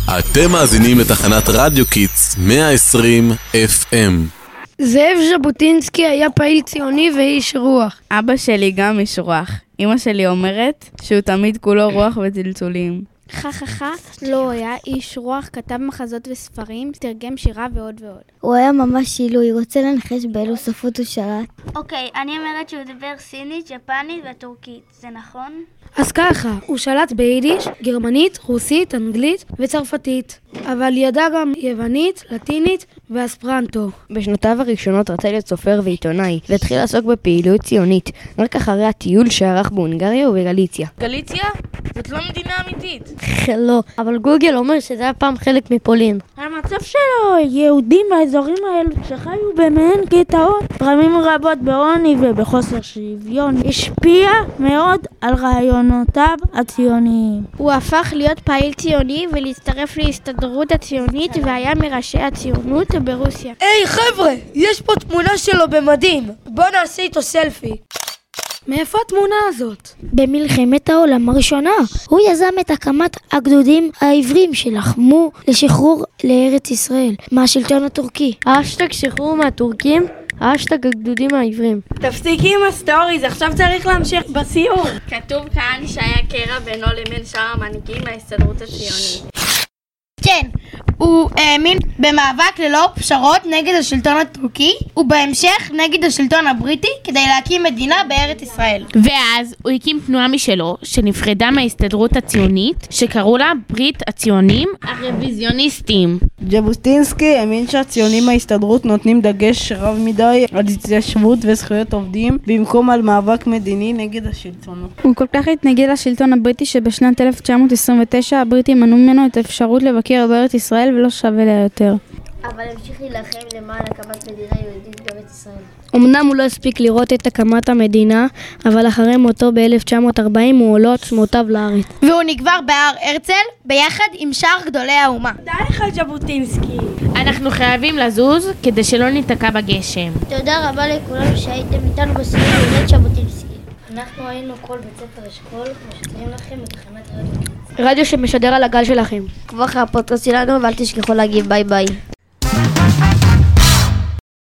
אתם מאזינים לתחנת רדיו קיטס 120 FM. זאב ז'בוטינסקי היה פעיל ציוני ואיש רוח. אבא שלי גם איש רוח. אמא שלי אומרת שהוא תמיד כולו רוח וצלצולים. לא, היה איש רוח, כתב מחזות וספרים, תרגם שירה ועוד ועוד. הוא היה ממש שילוי, רוצה לנחש באילו שפות הוא שלט. אוקיי, אני אומרת שהוא דיבר סינית, יפנית וטורקית, זה נכון? אז ככה, הוא שלט ביידיש, גרמנית, רוסית, אנגלית וצרפתית. אבל ידע גם יוונית, לטינית ואספרנטו. בשנותיו הראשונות רצה להיות סופר ועיתונאי, והתחיל לעסוק בפעילות ציונית, רק אחרי הטיול שערך בהונגריה ובגליציה. גליציה? זאת לא מדינה אמיתית. לא, אבל גוגל אומר שזה היה פעם חלק מפולין. המצב שלו, יהודים באזורים האלו שחיו במעין גטאות, פעמים רבות בעוני ובחוסר שוויון, השפיע מאוד על רעיונותיו הציוניים. הוא הפך להיות פעיל ציוני ולהצטרף להסתדרות הציונית והיה מראשי הציונות ברוסיה. היי חבר'ה, יש פה תמונה שלו במדים. בוא נעשה איתו סלפי. מאיפה התמונה הזאת? במלחמת העולם הראשונה, הוא יזם את הקמת הגדודים העברים שלחמו לשחרור לארץ ישראל מהשלטון הטורקי. האשטג שחרור מהטורקים, האשטג הגדודים העברים. תפסיקי עם הסטוריז, עכשיו צריך להמשיך בסיור. כתוב כאן שהיה קרע בינו לבין שאר המנהיגים מההסתדרות הציונית. כן, הוא האמין במאבק ללא פשרות נגד השלטון הטורקי ובהמשך נגד השלטון הבריטי כדי להקים מדינה בארץ ישראל. ואז הוא הקים תנועה משלו שנפרדה מההסתדרות הציונית שקראו לה ברית הציונים הרוויזיוניסטים. ז'בוטינסקי האמין שהציונים מההסתדרות נותנים דגש רב מדי על התיישבות וזכויות עובדים במקום על מאבק מדיני נגד השלטונות. הוא כל כך התנגד לשלטון הבריטי שבשנת 1929 הבריטים מנעו ממנו את האפשרות לבקר בארץ ישראל ולא שווה לה יותר. אבל המשיך להילחם למען הקמת מדינה יהודית בארץ ישראל. אמנם הוא לא הספיק לראות את הקמת המדינה, אבל אחרי מותו ב-1940 הוא עולה עצמותיו לארץ. והוא נקבר בהר הרצל ביחד עם שאר גדולי האומה. די לך ז'בוטינסקי. אנחנו חייבים לזוז כדי שלא ניתקע בגשם. תודה רבה לכולם שהייתם איתנו בסיור עם ז'בוטינסקי. אנחנו היינו כל בית ספר אשכול, משדרים לכם בתחנת רדיו. רדיו שמשדר על הגל שלכם. עקבו אחרי הפודקאסט שלנו ואל תשכחו להגיב ביי ביי.